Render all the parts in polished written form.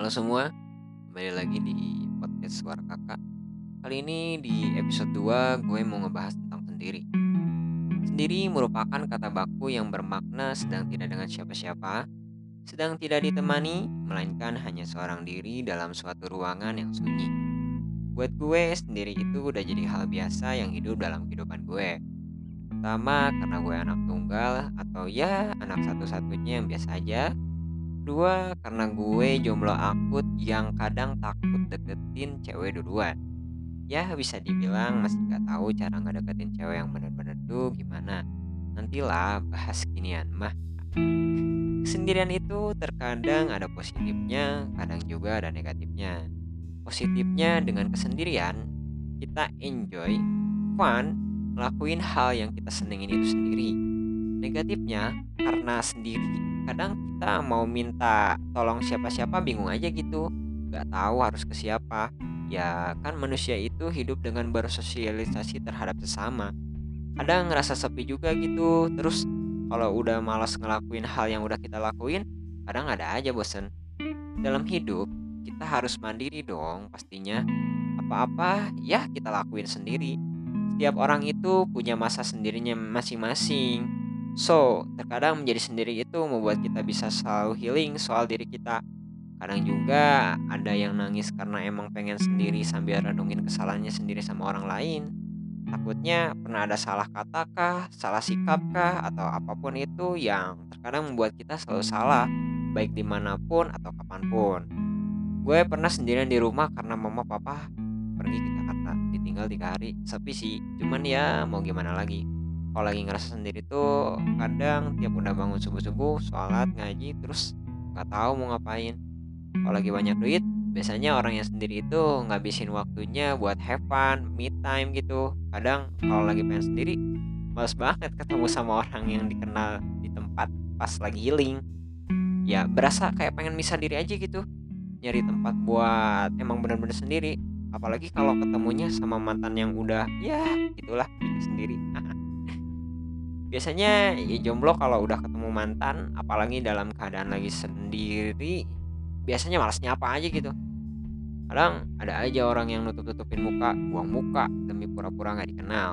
Halo semua, kembali lagi di podcast Suara Kakak. Kali ini di episode 2 gue mau ngebahas tentang sendiri. Sendiri merupakan kata baku yang bermakna sedang tidak dengan siapa-siapa, sedang tidak ditemani, melainkan hanya seorang diri dalam suatu ruangan yang sunyi. Buat gue, sendiri itu udah jadi hal biasa yang hidup dalam kehidupan gue. Pertama, karena gue anak tunggal atau ya anak satu-satunya yang biasa aja. Dua, karena gue jomblo akut yang kadang takut deketin cewek duluan. Ya bisa dibilang masih gak tahu cara ngedeketin cewek yang bener-bener tuh gimana. Nantilah bahas ginian mah. Kesendirian itu terkadang ada positifnya, kadang juga ada negatifnya. Positifnya dengan kesendirian, kita enjoy, fun, ngelakuin hal yang kita senengin itu sendiri. Negatifnya, karena sendiri, kadang kita mau minta tolong siapa-siapa bingung aja gitu. Gak tahu harus ke siapa. Ya kan manusia itu hidup dengan bersosialisasi terhadap sesama. Kadang ngerasa sepi juga gitu. Terus kalau udah malas ngelakuin hal yang udah kita lakuin, kadang ada aja bosen. Dalam hidup, kita harus mandiri dong pastinya. Apa-apa ya kita lakuin sendiri. Setiap orang itu punya masa sendirinya masing-masing. So, terkadang menjadi sendiri itu membuat kita bisa selalu healing soal diri kita. Kadang juga ada yang nangis karena emang pengen sendiri sambil renungin kesalahannya sendiri sama orang lain. Takutnya pernah ada salah kata kah, salah sikap kah, atau apapun itu yang terkadang membuat kita selalu salah, baik dimanapun atau kapanpun. Gue pernah sendirian di rumah karena mama papa pergi ke Jakarta, ditinggal 3 hari. Sepi sih, cuman ya mau gimana lagi. Kalau lagi ngerasa sendiri tuh kadang tiap udah bangun subuh-subuh, sholat, ngaji, terus nggak tahu mau ngapain. Kalau lagi banyak duit, biasanya orang yang sendiri itu ngabisin waktunya buat have fun, me time gitu. Kadang kalau lagi pengen sendiri, males banget ketemu sama orang yang dikenal di tempat pas lagi healing. Ya berasa kayak pengen misah diri aja gitu, nyari tempat buat emang bener-bener sendiri. Apalagi kalau ketemunya sama mantan yang udah ya itulah bikin sendiri. Biasanya ya jomblo kalau udah ketemu mantan, apalagi dalam keadaan lagi sendiri, biasanya malas nyapa aja gitu. Kadang ada aja orang yang nutup-nutupin muka, buang muka demi pura-pura nggak dikenal.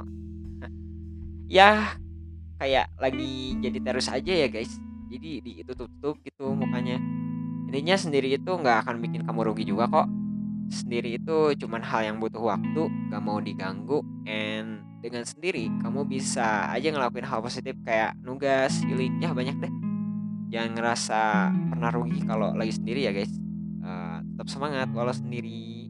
Ya kayak lagi jadi terus aja ya guys. Jadi ditutup-tutup gitu mukanya. Intinya sendiri itu nggak akan bikin kamu rugi juga kok. Sendiri itu cuman hal yang butuh waktu, gak mau diganggu, and dengan sendiri kamu bisa aja ngelakuin hal positif kayak nugas, healing, ya banyak deh. Jangan ngerasa pernah rugi kalau lagi sendiri ya guys. Tetap semangat walau sendiri.